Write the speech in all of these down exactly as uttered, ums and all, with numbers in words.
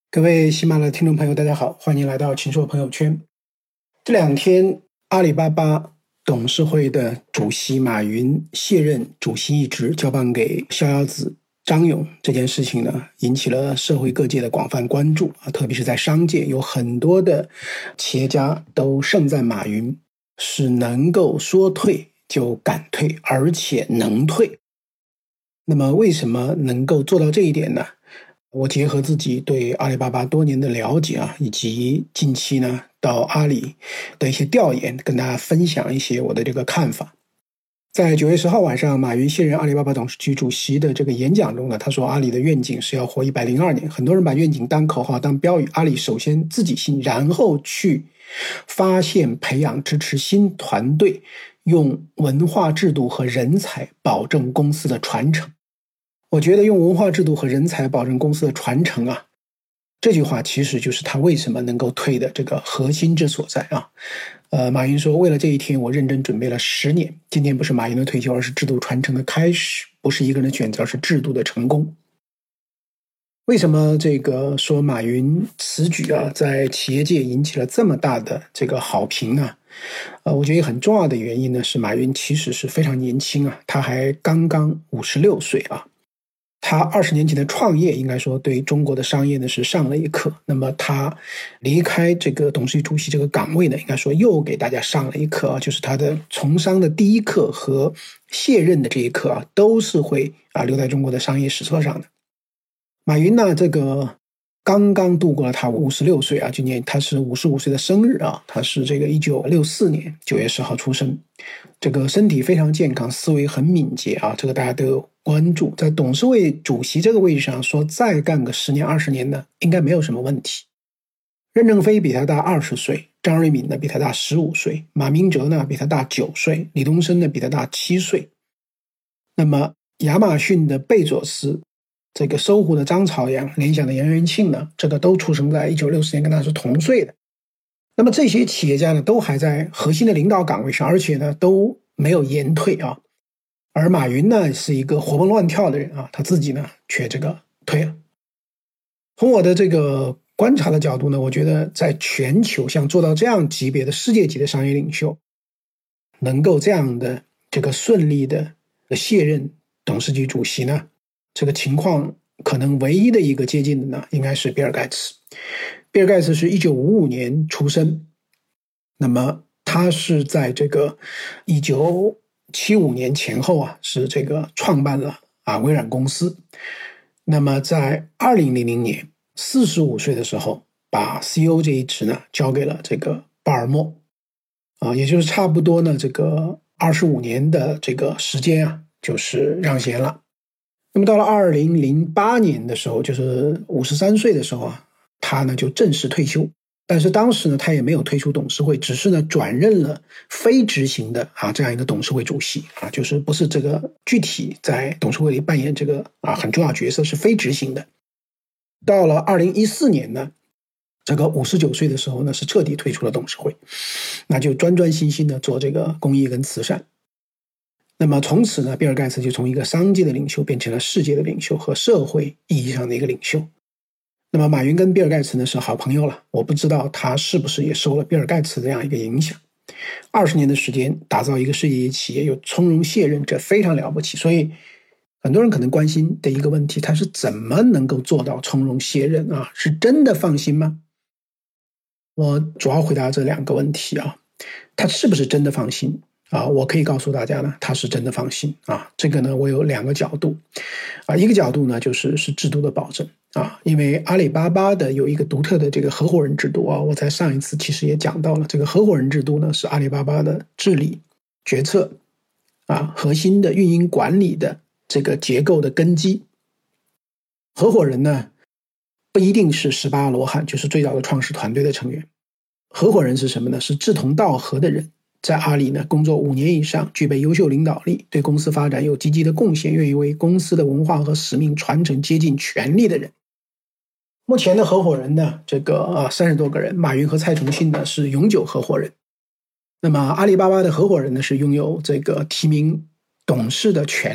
各位喜马拉雅听众朋友，大家好，欢迎来到秦朔朋友圈。这两天，阿里巴巴董事会的主席马云卸任主席一职，交棒给逍遥子张勇这件事情呢，引起了社会各界的广泛关注啊，特别是在商界，有很多的企业家都盛赞马云是能够说退就敢退，而且能退。那么，为什么能够做到这一点呢？我结合自己对阿里巴巴多年的了解啊，以及近期呢到阿里的一些调研，跟大家分享一些我的这个看法。在九月十号晚上，马云卸任阿里巴巴董事局主席的这个演讲中呢，他说阿里的愿景是要活一百零二年。很多人把愿景当口号、当标语，阿里首先自己信，然后去发现、培养、支持新团队，用文化制度和人才保证公司的传承。我觉得用文化制度和人才保证公司的传承啊，这句话其实就是他为什么能够退的这个核心之所在啊。呃，马云说，为了这一天，我认真准备了十年。今天不是马云的退休，而是制度传承的开始，不是一个人的选择，而是制度的成功。为什么这个说马云此举啊，在企业界引起了这么大的这个好评呢？呃，我觉得很重要的原因呢，是马云其实是非常年轻啊，他还刚刚五十六岁啊。他二十年前的创业，应该说对中国的商业呢是上了一课。那么他离开这个董事局主席这个岗位呢，应该说又给大家上了一课啊，就是他的从商的第一课和卸任的这一课啊，都是会啊留在中国的商业史册上的。马云呢，这个刚刚度过了他五十六岁啊，今年他是五十五岁的生日啊，他是这个一九六四年九月十号出生，这个身体非常健康，思维很敏捷啊，这个大家都有关注。在董事会主席这个位置上说再干个十年二十年呢，应该没有什么问题。任正非比他大二十岁，张瑞敏呢比他大十五岁，马明哲呢比他大九岁，李东生呢比他大七岁。那么亚马逊的贝佐斯，这个搜狐的张朝阳，联想的杨元庆呢，这个都出生在一九六四年，跟他是同岁的。那么这些企业家呢，都还在核心的领导岗位上，而且呢都没有延退啊。而马云呢是一个活蹦乱跳的人啊，他自己呢却这个退了。从我的这个观察的角度呢，我觉得在全球像做到这样级别的世界级的商业领袖，能够这样的这个顺利的卸任董事局主席呢，这个情况可能唯一的一个接近的呢，应该是比尔盖茨。比尔盖茨是一九五五年出生，那么他是在这个一九七五年前后啊，是这个创办了啊微软公司。那么在二零零零年四十五岁的时候，把 C E O 这一职呢交给了这个鲍尔默啊，也就是差不多呢这个二十五年的这个时间啊，就是让贤了。那么到了二零零八年的时候，就是五十三岁的时候啊，他呢就正式退休。但是当时呢，他也没有退出董事会，只是呢转任了非执行的啊这样一个董事会主席啊，就是不是这个具体在董事会里扮演这个啊很重要角色，是非执行的。到了二零一四年呢，这个五十九岁的时候呢，是彻底退出了董事会，那就专专心心的做这个公益跟慈善。那么从此呢，比尔盖茨就从一个商界的领袖变成了世界的领袖和社会意义上的一个领袖。那么马云跟比尔盖茨呢是好朋友了，我不知道他是不是也受了比尔盖茨这样一个影响。二十年的时间打造一个世界级企业，又从容卸任，这非常了不起。所以很多人可能关心的一个问题，他是怎么能够做到从容卸任啊？是真的放心吗？我主要回答这两个问题啊，他是不是真的放心？啊，我可以告诉大家呢，他是真的放心啊。这个呢，我有两个角度啊，一个角度呢就是是制度的保证啊，因为阿里巴巴的有一个独特的这个合伙人制度啊，我在上一次其实也讲到了，这个合伙人制度呢是阿里巴巴的治理、决策啊、核心的运营管理的这个结构的根基。合伙人呢不一定是十八罗汉，就是最早的创始团队的成员。合伙人是什么呢？是志同道合的人。在阿里呢，工作五年以上，具备优秀领导力，对公司发展有积极的贡献，愿意为公司的文化和使命传承竭尽全力的人。目前的合伙人呢，这个啊三十多个人，马云和蔡崇信呢是永久合伙人。那么阿里巴巴的合伙人呢是拥有这个提名董事的权利，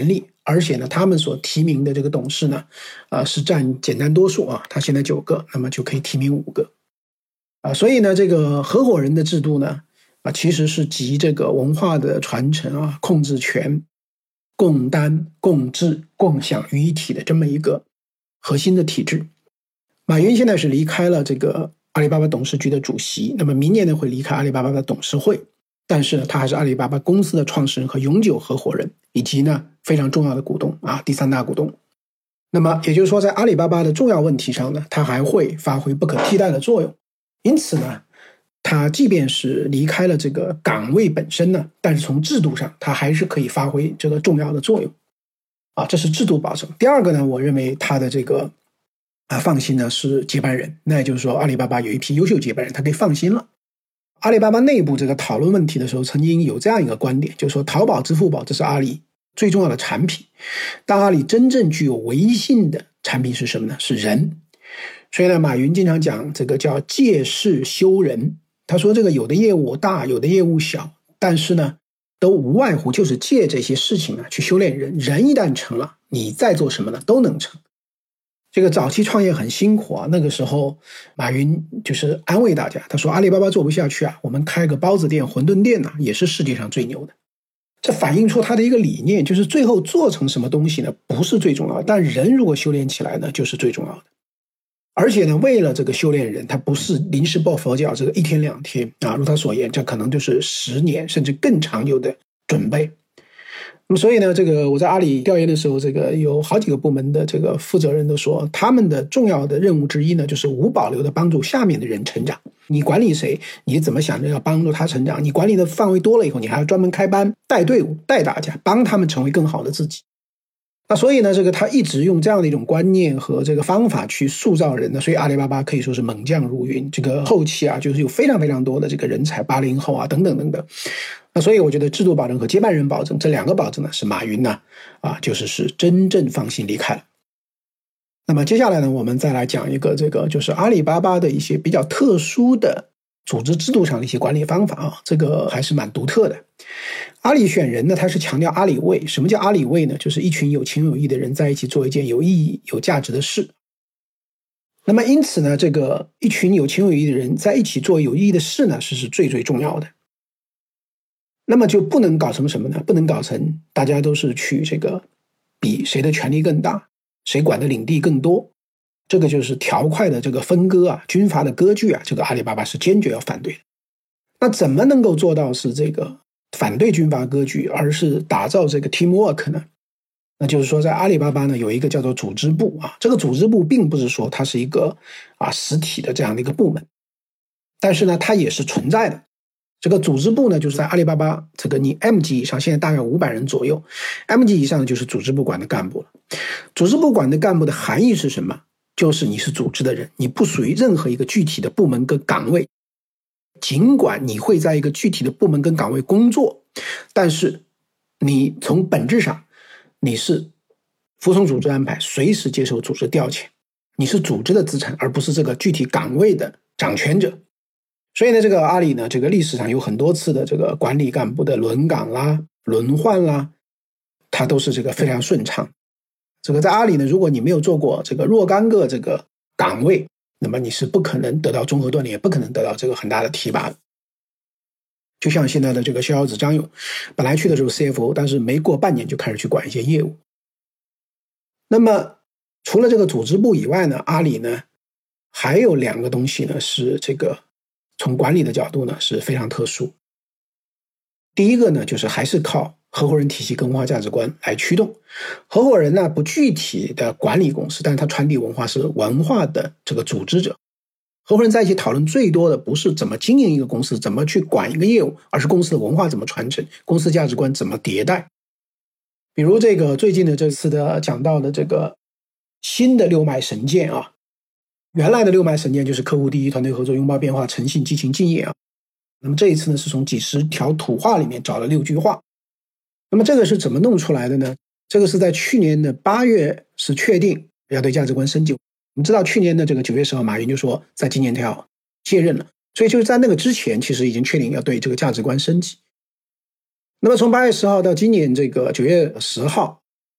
而且呢，他们所提名的这个董事呢，呃，是占简单多数啊，他现在九个，那么就可以提名五个，啊，所以呢，这个合伙人的制度呢，啊，其实是集这个文化的传承啊、控制权、共担、共治、共享于一体的这么一个核心的体制。马云现在是离开了这个阿里巴巴董事局的主席，那么明年呢会离开阿里巴巴的董事会，但是呢，他还是阿里巴巴公司的创始人和永久合伙人，以及呢非常重要的股东啊，第三大股东。那么也就是说，在阿里巴巴的重要问题上呢，他还会发挥不可替代的作用。因此呢，他即便是离开了这个岗位本身呢，但是从制度上，他还是可以发挥这个重要的作用啊，这是制度保证。第二个呢，我认为他的这个啊，放心呢是接班人，那也就是说阿里巴巴有一批优秀接班人，他可以放心了。阿里巴巴内部这个讨论问题的时候，曾经有这样一个观点，就是说淘宝、支付宝这是阿里最重要的产品，但阿里真正具有唯一性的产品是什么呢？是人。所以呢，马云经常讲这个叫借势修人，他说这个有的业务大，有的业务小，但是呢都无外乎就是借这些事情呢去修炼人，人一旦成了，你再做什么呢都能成。这个早期创业很辛苦啊，那个时候马云就是安慰大家，他说阿里巴巴做不下去啊，我们开个包子店、馄饨店呢、啊，也是世界上最牛的。这反映出他的一个理念，就是最后做成什么东西呢，不是最重要的，但人如果修炼起来呢，就是最重要的。而且呢，为了这个修炼人，他不是临时抱佛脚，这个一天两天啊，如他所言，这可能就是十年甚至更长久的准备。那么所以呢，这个我在阿里调研的时候，这个有好几个部门的这个负责人都说，他们的重要的任务之一呢，就是无保留的帮助下面的人成长。你管理谁，你怎么想着要帮助他成长？你管理的范围多了以后，你还要专门开班带队伍，带大家，帮他们成为更好的自己。那所以呢，这个他一直用这样的一种观念和这个方法去塑造人呢，所以阿里巴巴可以说是猛将如云。这个后期啊，就是有非常非常多的这个人才，八零后啊等等等等。那所以我觉得制度保证和接班人保证这两个保证呢，是马云呢啊，就是是真正放心离开了。那么接下来呢，我们再来讲一个这个就是阿里巴巴的一些比较特殊的组织制度上的一些管理方法啊，这个还是蛮独特的。阿里选人呢，它是强调阿里位。什么叫阿里位呢？就是一群有情有义的人在一起做一件有意义、有价值的事。那么因此呢，这个一群有情有义的人在一起做有意义的事呢，是是最最重要的。那么就不能搞成什么呢？不能搞成大家都是去这个比谁的权力更大，谁管的领地更多。这个就是条块的这个分割啊，军阀的割据啊，这个阿里巴巴是坚决要反对的。那怎么能够做到是这个反对军阀割据，而是打造这个 teamwork 呢？那就是说在阿里巴巴呢有一个叫做组织部啊，这个组织部并不是说它是一个啊实体的这样的一个部门，但是呢它也是存在的。这个组织部呢就是在阿里巴巴这个你 M 级以上，现在大概五百人左右， M 级以上就是组织部管的干部了。组织部管的干部的含义是什么？就是你是组织的人，你不属于任何一个具体的部门跟岗位，尽管你会在一个具体的部门跟岗位工作，但是你从本质上你是服从组织安排，随时接受组织调遣，你是组织的资产，而不是这个具体岗位的掌权者。所以呢，这个阿里呢，这个历史上有很多次的这个管理干部的轮岗啦、轮换啦，它都是这个非常顺畅。这个在阿里呢，如果你没有做过这个若干个这个岗位，那么你是不可能得到综合锻炼，也不可能得到这个很大的提拔的。就像现在的这个逍遥子张勇，本来去的时候 C F O， 但是没过半年就开始去管一些业务。那么除了这个组织部以外呢，阿里呢还有两个东西呢是这个从管理的角度呢是非常特殊。第一个呢就是还是靠合伙人体系跟文化价值观来驱动。合伙人呢不具体的管理公司，但是他传递文化，是文化的这个组织者。合伙人在一起讨论最多的不是怎么经营一个公司，怎么去管一个业务，而是公司的文化怎么传承，公司价值观怎么迭代。比如这个最近的这次的讲到的这个新的六脉神剑啊，原来的六脉神剑就是客户第一、团队合作、拥抱变化、诚信、激情、敬业啊。那么这一次呢是从几十条土话里面找了六句话。那么这个是怎么弄出来的呢？这个是在去年的八月是确定要对价值观升级。我们知道去年的这个九月十号，马云就说在今年他要卸任了，所以就是在那个之前其实已经确定要对这个价值观升级。那么从八月十号到今年这个九月十号，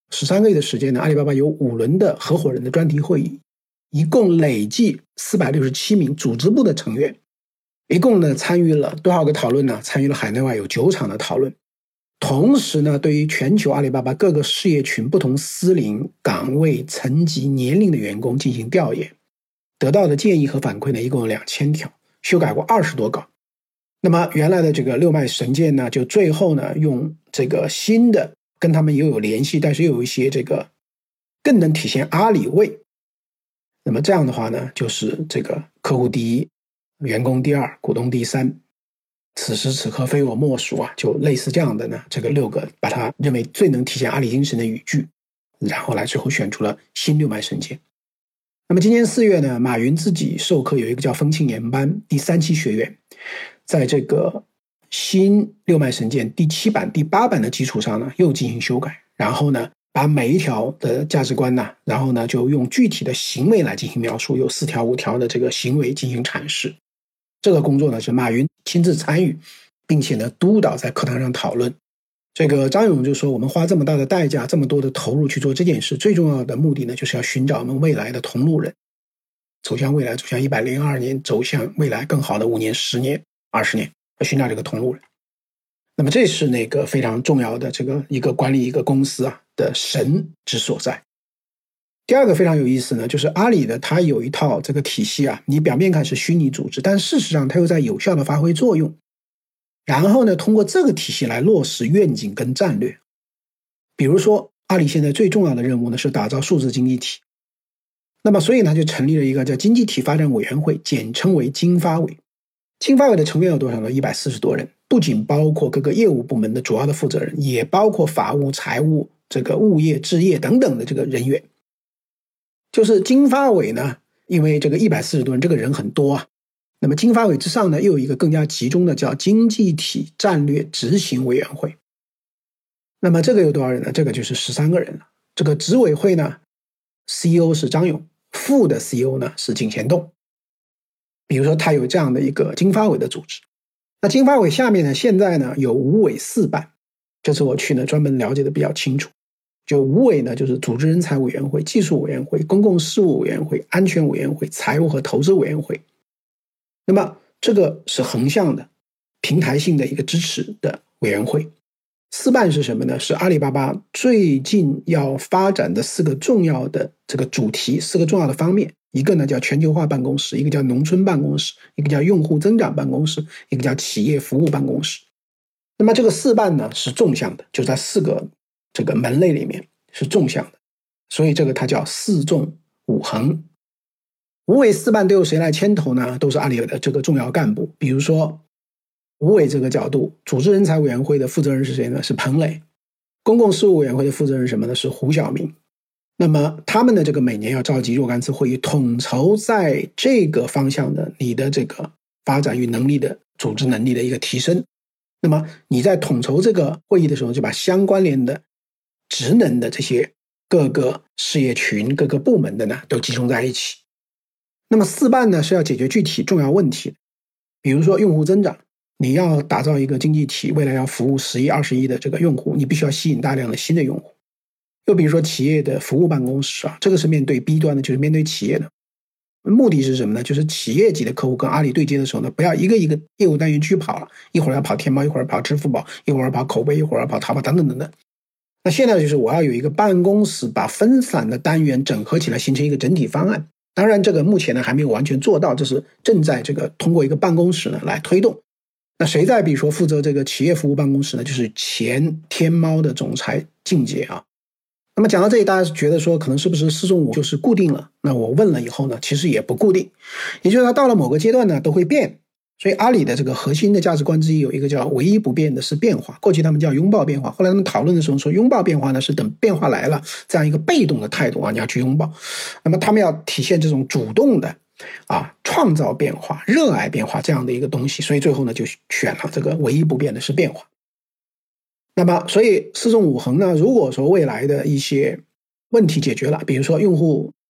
十三个月的时间呢，阿里巴巴有五轮的合伙人的专题会议，一共累计四百六十七名组织部的成员，一共呢参与了多少个讨论呢？参与了海内外有九场的讨论。同时呢，对于全球阿里巴巴各个事业群不同司龄、岗位、层级、年龄的员工进行调研，得到的建议和反馈呢，一共有两千条，修改过二十多稿。那么原来的这个六脉神剑呢，就最后呢用这个新的跟他们又有联系，但是又有一些这个更能体现阿里味。那么这样的话呢，就是这个客户第一，员工第二，股东第三。此时此刻非我莫属啊，就类似这样的呢，这个六个把它认为最能体现阿里精神的语句，然后来最后选出了新六脉神剑。那么今年四月呢，马云自己授课有一个叫风庆研班第三期学员，在这个新六脉神剑第七版第八版的基础上呢，又进行修改，然后呢把每一条的价值观呢，然后呢就用具体的行为来进行描述，有四条五条的这个行为进行阐释。这个工作呢是马云亲自参与，并且呢督导在课堂上讨论。这个张勇就说，我们花这么大的代价，这么多的投入去做这件事，最重要的目的呢，就是要寻找我们未来的同路人，走向未来，走向一百零二年，走向未来更好的五年、十年、二十年，要寻找这个同路人。那么这是那个非常重要的这个一个管理一个公司啊的神之所在。第二个非常有意思呢，就是阿里的它有一套这个体系啊，你表面看是虚拟组织，但事实上它又在有效的发挥作用。然后呢，通过这个体系来落实愿景跟战略。比如说，阿里现在最重要的任务呢是打造数字经济体。那么，所以呢就成立了一个叫经济体发展委员会，简称为经发委。经发委的成员有多少呢？一百四十多人，不仅包括各个业务部门的主要的负责人，也包括法务、财务、这个物业、置业等等的这个人员。就是经发委呢，因为这个一百四十多人，这个人很多啊。那么经发委之上呢，又有一个更加集中的叫经济体战略执行委员会。那么这个有多少人呢？这个就是十三个人了。这个执委会呢 ，C E O 是张勇，副的 C E O 呢是景贤栋。比如说他有这样的一个经发委的组织。那经发委下面呢，现在呢有五委四办，这次我去呢专门了解的比较清楚。就五委呢，就是组织人才委员会、技术委员会、公共事务委员会、安全委员会、财务和投资委员会。那么这个是横向的、平台性的一个支持的委员会。四办是什么呢？是阿里巴巴最近要发展的四个重要的这个主题，四个重要的方面。一个呢叫全球化办公室，一个叫农村办公室，一个叫用户增长办公室，一个叫企业服务办公室。那么这个四办呢是纵向的，就在四个这个门类里面是纵向的，所以这个它叫四纵五横。五委四办都由谁来牵头呢？都是阿里的这个重要干部。比如说五委这个角度，组织人才委员会的负责人是谁呢？是彭磊。公共事务委员会的负责人是什么呢？是胡晓明。那么他们的这个每年要召集若干次会议，统筹在这个方向的你的这个发展与能力的组织能力的一个提升。那么你在统筹这个会议的时候，就把相关联的职能的这些各个事业群、各个部门的呢都集中在一起。那么四办呢是要解决具体重要问题，比如说用户增长，你要打造一个经济体，未来要服务十亿、二十亿的这个用户，你必须要吸引大量的新的用户。又比如说企业的服务办公室啊，这个是面对 B 端的，就是面对企业的。目的是什么呢？就是企业级的客户跟阿里对接的时候呢，不要一个一个业务单元去跑了，一会儿要跑天猫，一会儿跑支付宝，一会儿跑口碑，一会儿要跑淘宝等等等等。那现在就是我要有一个办公室，把分散的单元整合起来，形成一个整体方案。当然这个目前呢还没有完全做到，这是正在这个通过一个办公室呢来推动。那谁在比如说负责这个企业服务办公室呢？就是前天猫的总裁靳姐啊。那么讲到这里，大家觉得说可能是不是四纵五就是固定了？那我问了以后呢，其实也不固定，也就是它到了某个阶段呢都会变。所以阿里的这个核心的价值观之一有一个叫唯一不变的是变化，过去他们叫拥抱变化，后来他们讨论的时候说拥抱变化呢是等变化来了这样一个被动的态度啊，你要去拥抱。那么他们要体现这种主动的啊创造变化、热爱变化这样的一个东西，所以最后呢就选了这个唯一不变的是变化。那么所以四纵五横呢，如果说未来的一些问题解决了，比如说用户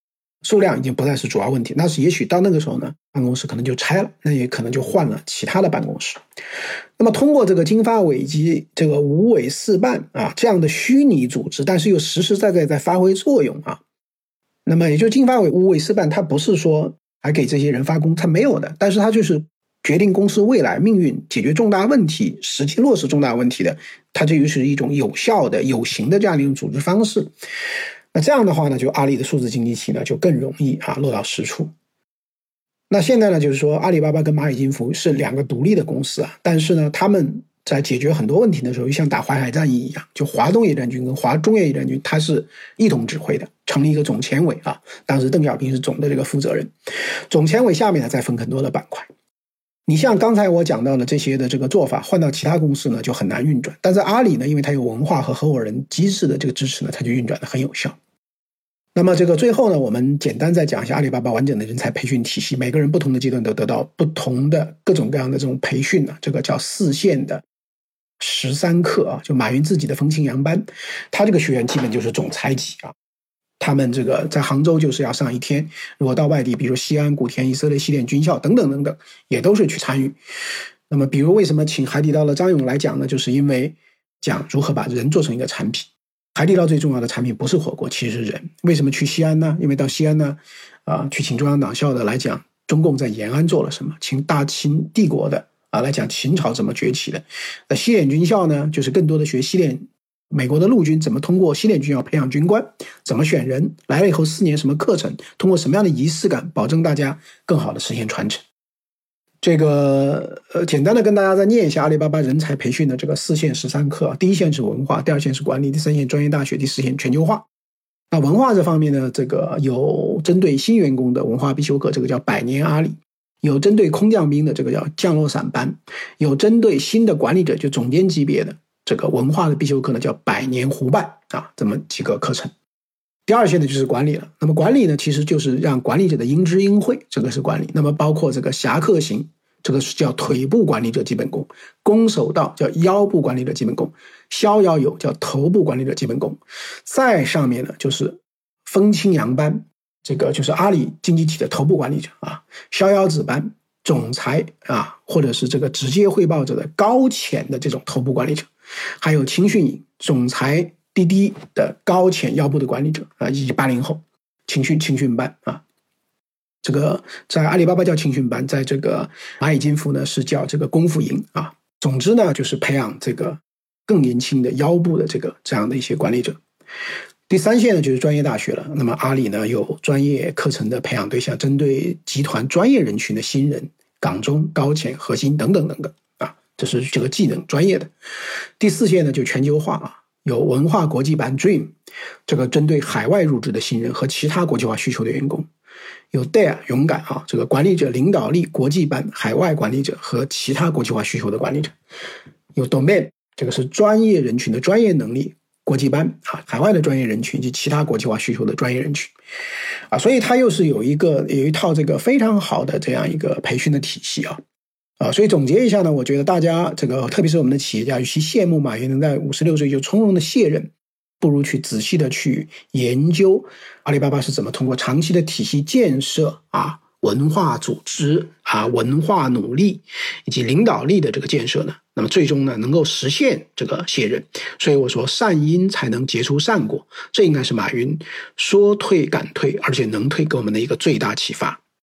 数量已经不再是主要问题，那是也许到那个时候呢，办公室可能就拆了，那也可能就换了其他的办公室。那么通过这个经发委及这个五委四办啊这样的虚拟组织，但是又实实在在在发挥作用啊。那么也就经发委五委四办，它不是说还给这些人发工，它没有的，但是它就是决定公司未来命运、解决重大问题、实际落实重大问题的，它这就是一种有效的、有形的这样的一种组织方式。那这样的话呢，就阿里的数字经济体呢就更容易啊落到实处。那现在呢，就是说阿里巴巴跟蚂蚁金服是两个独立的公司啊，但是呢，他们在解决很多问题的时候，就像打淮海战役一样，就华东野战军跟华中野战军，它是一同指挥的，成立一个总前委啊。当时邓小平是总的这个负责人，总前委下面呢再分很多的板块。你像刚才我讲到的这些的这个做法，换到其他公司呢就很难运转，但是阿里呢，因为它有文化和合伙人机制的这个支持呢，它就运转的很有效。那么这个最后呢，我们简单再讲一下阿里巴巴完整的人才培训体系，每个人不同的阶段都得到不同的各种各样的这种培训呢，这个叫四线的十三课啊，就马云自己的风清扬班，他这个学员基本就是总裁级啊。他们这个在杭州就是要上一天，如果到外地，比如西安、古田、以色列西点军校等等等等，也都是去参与。那么比如为什么请海底捞的张勇来讲呢？就是因为讲如何把人做成一个产品。海底捞最重要的产品不是火锅，其实是人。为什么去西安呢？因为到西安呢，啊、呃，去请中央党校的来讲，中共在延安做了什么？请大清帝国的啊来讲秦朝怎么崛起的。那西点军校呢，就是更多的学西点美国的陆军怎么通过西点军校培养军官，怎么选人，来了以后四年什么课程，通过什么样的仪式感，保证大家更好的实现传承。这个呃，简单的跟大家再念一下阿里巴巴人才培训的这个四线十三课。第一线是文化，第二线是管理，第三线专业大学，第四线全球化。那文化这方面呢，这个有针对新员工的文化必修课，这个叫百年阿里；有针对空降兵的，这个叫降落伞班；有针对新的管理者，就总监级别的这个文化的必修课呢，叫百年湖办啊，这么几个课程。第二线呢就是管理了，那么管理呢其实就是让管理者的应知应会，这个是管理。那么包括这个侠客型，这个是叫腿部管理者基本功；攻守道叫腰部管理者基本功；逍遥游叫头部管理者基本功。再上面呢就是风清扬班，这个就是阿里经济体的头部管理者啊；逍遥子班，总裁啊，或者是这个直接汇报者的高潜的这种头部管理者；还有青训营，总裁滴滴的高潜腰部的管理者啊，以及八零后青训青训班啊。这个在阿里巴巴叫青训班，在这个蚂蚁金服呢是叫这个功夫营啊。总之呢，就是培养这个更年轻的腰部的这个这样的一些管理者。第三线呢就是专业大学了。那么阿里呢有专业课程的培养对象，针对集团专业人群的新人、岗中、高潜、核心等等等等啊，这是这个技能专业的。第四线呢就全球化啊。有文化国际版 Dream， 这个针对海外入职的新人和其他国际化需求的员工；有 Dare 勇敢啊，这个管理者领导力国际版海外管理者和其他国际化需求的管理者；有 Domain， 这个是专业人群的专业能力国际班啊，海外的专业人群及其他国际化需求的专业人群啊，所以它又是有一个有一套这个非常好的这样一个培训的体系啊。啊，所以总结一下呢，我觉得大家这个，特别是我们的企业家，与其羡慕马云能在五十六岁就从容的卸任，不如去仔细的去研究阿里巴巴是怎么通过长期的体系建设啊、文化组织啊、文化努力以及领导力的这个建设呢，那么最终呢能够实现这个卸任。所以我说善因才能结出善果，这应该是马云说退敢退，而且能退给我们的一个最大启发。